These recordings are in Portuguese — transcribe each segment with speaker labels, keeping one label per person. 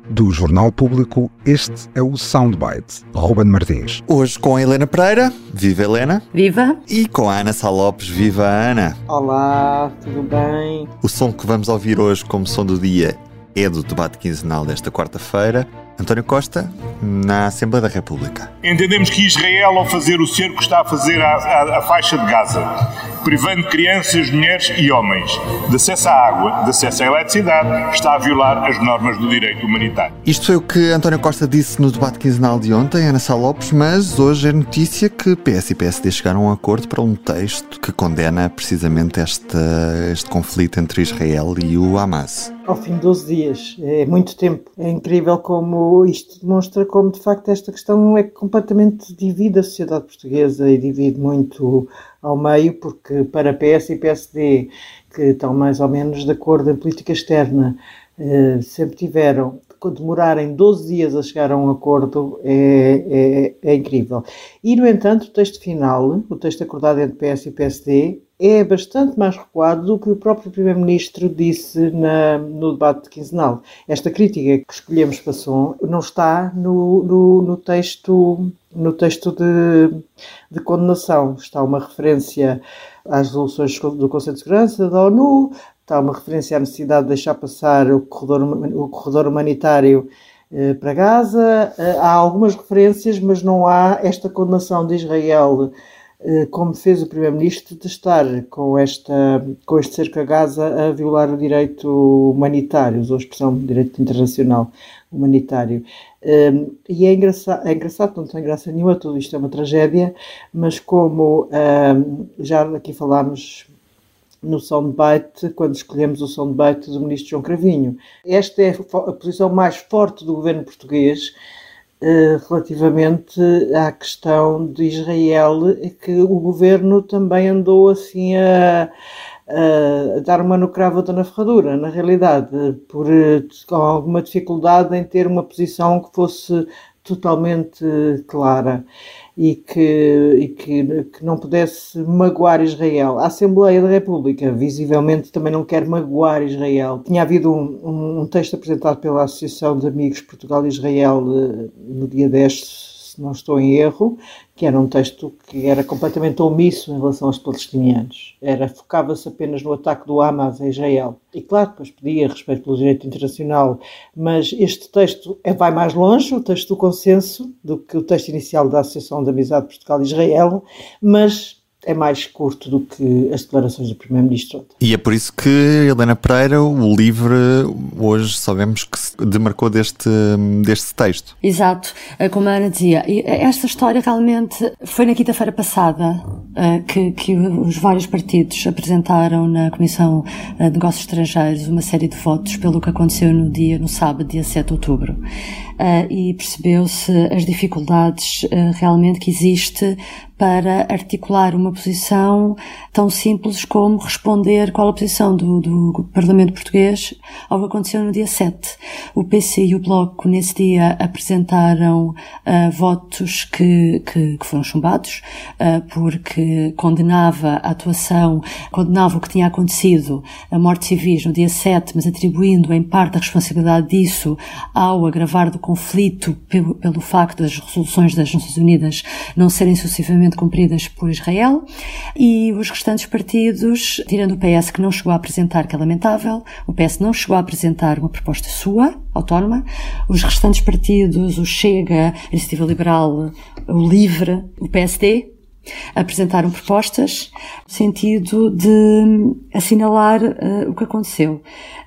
Speaker 1: Do Jornal Público, este é o Soundbite, Ruben Martins.
Speaker 2: Hoje com a Helena Pereira. Viva Helena.
Speaker 3: Viva.
Speaker 2: E com a Ana Sá Lopes. Viva Ana.
Speaker 4: Olá, tudo bem?
Speaker 2: O som que vamos ouvir hoje como som do dia é do debate quinzenal desta quarta-feira. António Costa, na Assembleia da República.
Speaker 5: Entendemos que Israel, ao fazer o cerco que está a fazer à faixa de Gaza, privando crianças, mulheres e homens de acesso à água, de acesso à eletricidade, está a violar as normas do direito humanitário.
Speaker 2: Isto foi o que António Costa disse no debate quinzenal de ontem, Ana Sá Lopes, mas hoje é notícia que PS e PSD chegaram a um acordo para um texto que condena precisamente este conflito entre Israel e o Hamas.
Speaker 4: Ao fim de 12 dias, é muito tempo. É incrível como isto demonstra como, de facto, esta questão é completamente divide a sociedade portuguesa e divide muito ao meio, porque para PS e PSD, que estão mais ou menos de acordo em política externa, sempre tiveram, demorarem 12 dias a chegar a um acordo é incrível. E, no entanto, o texto final, o texto acordado entre PS e PSD, é bastante mais recuado do que o próprio Primeiro-Ministro disse no debate quinzenal. Esta crítica que escolhemos para som não está no texto de condenação. Está uma referência às resoluções do Conselho de Segurança da ONU, está uma referência à necessidade de deixar passar o corredor humanitário para Gaza. Há algumas referências, mas não há esta condenação de Israel, como fez o Primeiro-Ministro, de estar com este cerco a Gaza a violar o direito humanitário, usou a expressão direito internacional humanitário. E é engraçado, não tem graça nenhuma, tudo isto é uma tragédia, mas como já aqui falámos no soundbite, quando escolhemos o soundbite do Ministro João Cravinho. Esta é a posição mais forte do governo português relativamente à questão de Israel, que o governo também andou assim a dar uma no cravo, outra na ferradura, na realidade, com alguma dificuldade em ter uma posição que fosse totalmente clara e que não pudesse magoar Israel. A Assembleia da República, visivelmente, também não quer magoar Israel. Tinha havido um texto apresentado pela Associação de Amigos Portugal e Israel no dia 10, se não estou em erro, que era um texto que era completamente omisso em relação aos palestinianos. Focava-se apenas no ataque do Hamas a Israel. E claro, depois pedia respeito pelo direito internacional, mas este texto vai mais longe, o texto do consenso, do que o texto inicial da Associação de Amizade Portugal e Israel, mas é mais curto do que as declarações do Primeiro-Ministro.
Speaker 2: E é por isso que, Helena Pereira, o LIVRE hoje sabemos que se demarcou deste texto.
Speaker 3: Exato, como a Ana dizia, esta história realmente foi na quinta-feira passada que os vários partidos apresentaram na Comissão de Negócios Estrangeiros uma série de votos pelo que aconteceu no sábado, dia 7 de outubro. E percebeu-se as dificuldades realmente que existe para articular uma posição tão simples como responder qual a posição do Parlamento Português ao que aconteceu no dia 7. O PC e o Bloco nesse dia apresentaram votos que foram chumbados, porque condenava a atuação, condenava o que tinha acontecido, a morte civis no dia 7, mas atribuindo em parte a responsabilidade disso ao agravar do conflito pelo facto das resoluções das Nações Unidas não serem sucessivamente cumpridas por Israel, e os restantes partidos, tirando o PS, que não chegou a apresentar, que é lamentável, o PS não chegou a apresentar uma proposta sua, autónoma, os restantes partidos, o Chega, a Iniciativa Liberal, o LIVRE, o PSD, apresentaram propostas no sentido de assinalar o que aconteceu.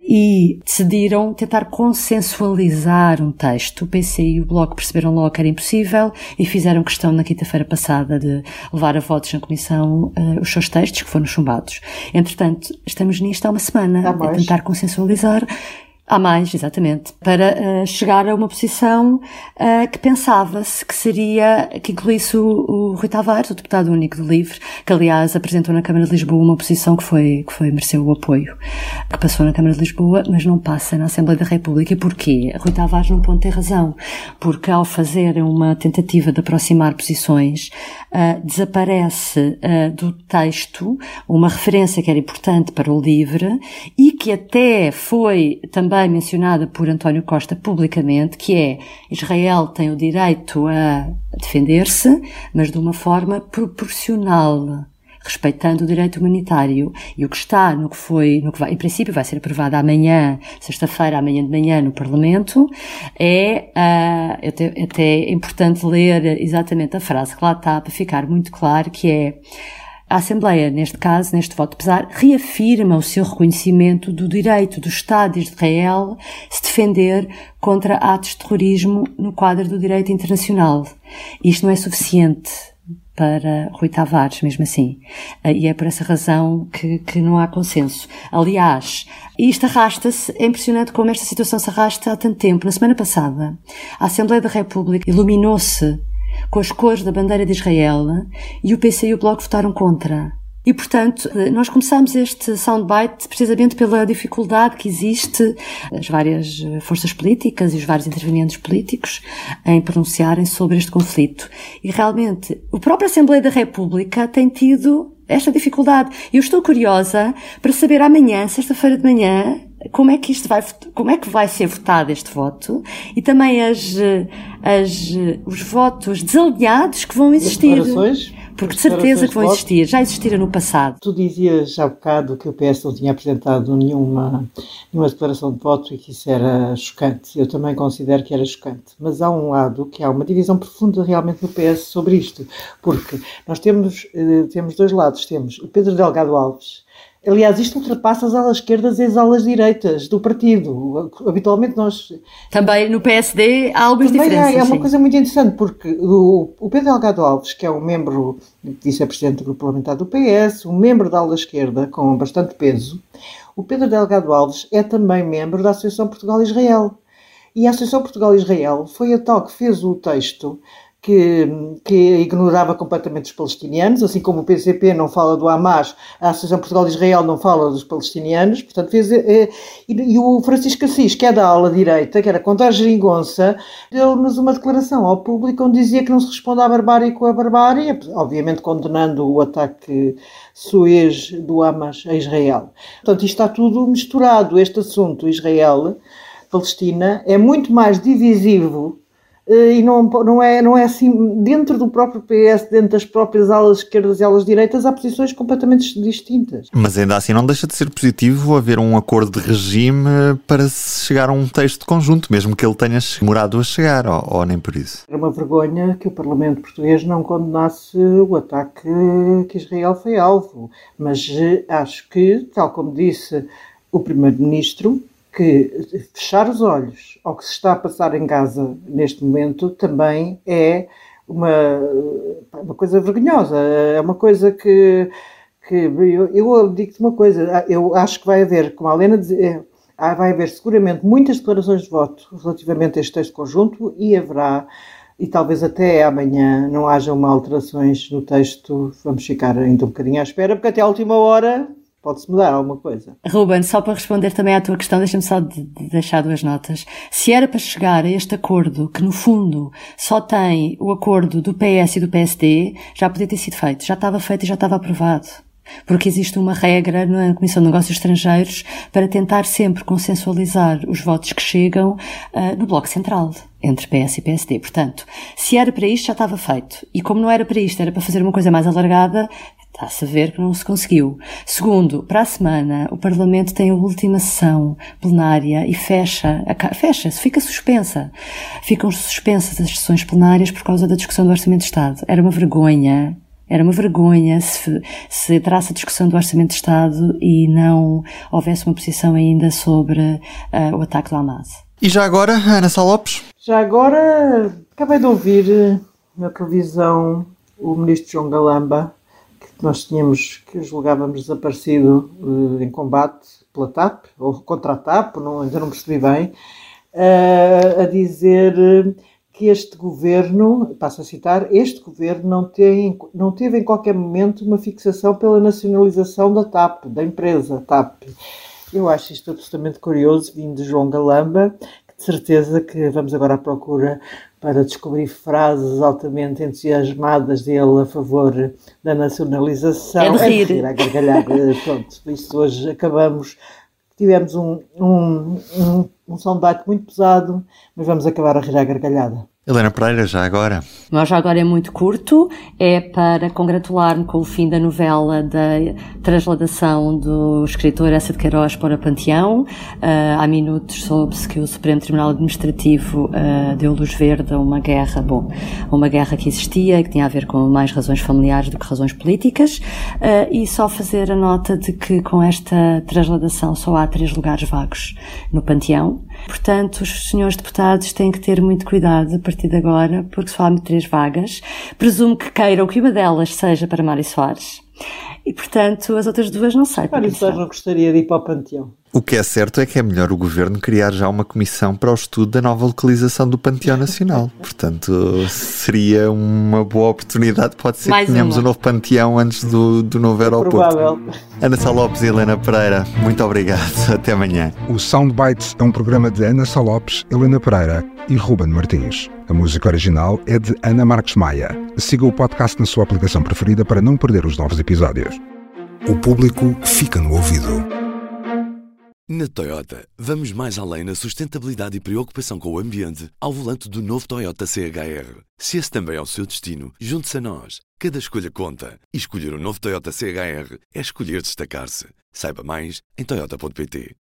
Speaker 3: E decidiram tentar consensualizar um texto. O PC e o Bloco perceberam logo que era impossível e fizeram questão na quinta-feira passada de levar a votos na Comissão os seus textos, que foram chumbados. Entretanto, estamos nisto há uma semana a tentar consensualizar. Há mais, exatamente, para chegar a uma posição que pensava-se que incluísse o Rui Tavares, o deputado único do LIVRE, que aliás apresentou na Câmara de Lisboa uma posição que mereceu o apoio, que passou na Câmara de Lisboa, mas não passa na Assembleia da República. E porquê? Rui Tavares num ponto tem razão, porque ao fazerem uma tentativa de aproximar posições, desaparece do texto uma referência que era importante para o LIVRE e que até foi também também mencionada por António Costa publicamente, que é: Israel tem o direito a defender-se, mas de uma forma proporcional, respeitando o direito humanitário. E o que está no que vai, em princípio vai ser aprovado amanhã, sexta-feira, amanhã de manhã, no Parlamento, até é importante ler exatamente a frase que lá está, para ficar muito claro, que é: a Assembleia, neste caso, neste voto pesar, reafirma o seu reconhecimento do direito do Estado de Israel se defender contra atos de terrorismo no quadro do direito internacional. Isto não é suficiente para Rui Tavares, mesmo assim. E é por essa razão que não há consenso. Aliás, isto arrasta-se, é impressionante como esta situação se arrasta há tanto tempo. Na semana passada, a Assembleia da República iluminou-se com as cores da bandeira de Israel e o PC e o Bloco votaram contra. E, portanto, nós começámos este soundbite precisamente pela dificuldade que existe as várias forças políticas e os vários intervenientes políticos em pronunciarem sobre este conflito. E, realmente, a própria Assembleia da República tem tido esta dificuldade. E eu estou curiosa para saber amanhã, sexta-feira de manhã, como é que vai ser votado este voto e também os votos desalinhados que vão existir. Porque de certeza que vão existir. Já existiram no passado.
Speaker 4: Tu dizias há bocado que o PS não tinha apresentado nenhuma declaração de voto e que isso era chocante. Eu também considero que era chocante. Mas há um lado que há uma divisão profunda realmente no PS sobre isto. Porque nós temos dois lados. Temos o Pedro Delgado Alves. Aliás, isto ultrapassa as alas esquerdas e as alas direitas do partido. Habitualmente nós...
Speaker 3: Também no PSD há algumas diferenças.
Speaker 4: É uma coisa muito interessante, porque o Pedro Delgado Alves, que é um membro, vice-presidente do grupo parlamentar do PS, um membro da ala esquerda com bastante peso, o Pedro Delgado Alves é também membro da Associação Portugal-Israel. E a Associação Portugal-Israel foi a tal que fez o texto que ignorava completamente os palestinianos, assim como o PCP não fala do Hamas, a Associação Portugal-Israel não fala dos palestinianos, portanto e o Francisco Assis, que é da ala direita, que era contra a geringonça, deu-nos uma declaração ao público onde dizia que não se responde à barbárie com a barbárie, obviamente condenando o ataque suez do Hamas a Israel. Portanto, isto está tudo misturado. Este assunto, Israel-Palestina, é muito mais divisivo e não é assim, dentro do próprio PS, dentro das próprias alas esquerdas e alas direitas, há posições completamente distintas.
Speaker 2: Mas ainda assim não deixa de ser positivo haver um acordo de regime para se chegar a um texto conjunto, mesmo que ele tenha demorado a chegar, ou nem por isso.
Speaker 4: Era uma vergonha que o Parlamento português não condenasse o ataque que Israel foi alvo, mas acho que, tal como disse o Primeiro-Ministro, que fechar os olhos ao que se está a passar em Gaza neste momento também é uma coisa vergonhosa. É uma coisa que eu digo-te uma coisa, eu acho que vai haver, como a Helena dizia, vai haver seguramente muitas declarações de voto relativamente a este texto conjunto e talvez até amanhã não hajam alterações no texto. Vamos ficar ainda um bocadinho à espera, porque até à última hora pode-se mudar alguma coisa.
Speaker 3: Ruben, só para responder também à tua questão, deixa-me só deixar duas notas. Se era para chegar a este acordo, que no fundo só tem o acordo do PS e do PSD, já podia ter sido feito. Já estava feito e já estava aprovado. Porque existe uma regra na Comissão de Negócios Estrangeiros para tentar sempre consensualizar os votos que chegam no Bloco Central, entre PS e PSD. Portanto, se era para isto, já estava feito. E como não era para isto, era para fazer uma coisa mais alargada, está-se a ver que não se conseguiu. Segundo, para a semana, o Parlamento tem a última sessão plenária e fecha-se, fica suspensa. Ficam suspensas as sessões plenárias por causa da discussão do Orçamento de Estado. Era uma vergonha se entrasse a discussão do Orçamento de Estado e não houvesse uma posição ainda sobre o ataque do Hamas.
Speaker 2: E já agora, Ana Sá Lopes?
Speaker 4: Já agora, acabei de ouvir na televisão o Ministro João Galamba, que nós que julgávamos desaparecido em combate pela TAP, ou contra a TAP, ainda não percebi bem, a dizer que este governo, passo a citar, este governo não teve em qualquer momento uma fixação pela nacionalização da TAP, da empresa TAP. Eu acho isto absolutamente curioso, vindo de João Galamba, que de certeza que vamos agora à procura para descobrir frases altamente entusiasmadas dele a favor da nacionalização.
Speaker 3: É de rir.
Speaker 4: A gargalhar. Pronto, isto hoje acabamos tivemos um soundbite muito pesado, mas vamos acabar a rir à gargalhada.
Speaker 2: Helena Pereira, já agora?
Speaker 3: Mas já agora é muito curto, é para congratular-me com o fim da novela da transladação do escritor Eça de Queiroz para Panteão. Há minutos soube-se que o Supremo Tribunal Administrativo deu luz verde a uma guerra que existia e que tinha a ver com mais razões familiares do que razões políticas, e só fazer a nota de que com esta transladação só há 3 lugares vagos no Panteão. Portanto, os senhores deputados têm que ter muito cuidado a partir de agora, porque só há 3 vagas. Presumo que queiram que uma delas seja para Mário Soares. E, portanto, as outras 2 não sei.
Speaker 4: Mário Soares não gostaria de ir para o Panteão.
Speaker 2: O que é certo é que é melhor o Governo criar já uma comissão para o estudo da nova localização do Panteão Nacional. Portanto, seria uma boa oportunidade. Pode ser que tenhamos um novo Panteão antes do novo aeroporto.
Speaker 4: Provável.
Speaker 2: Ana Sá Lopes e Helena Pereira, muito obrigado. Até amanhã.
Speaker 1: O Soundbites é um programa de Ana Sá Lopes, Helena Pereira e Ruben Martins. A música original é de Ana Marques Maia. Siga o podcast na sua aplicação preferida para não perder os novos episódios. O público fica no ouvido.
Speaker 6: Na Toyota, vamos mais além na sustentabilidade e preocupação com o ambiente ao volante do novo Toyota CHR. Se esse também é o seu destino, junte-se a nós. Cada escolha conta. E escolher o novo Toyota CHR é escolher destacar-se. Saiba mais em toyota.pt.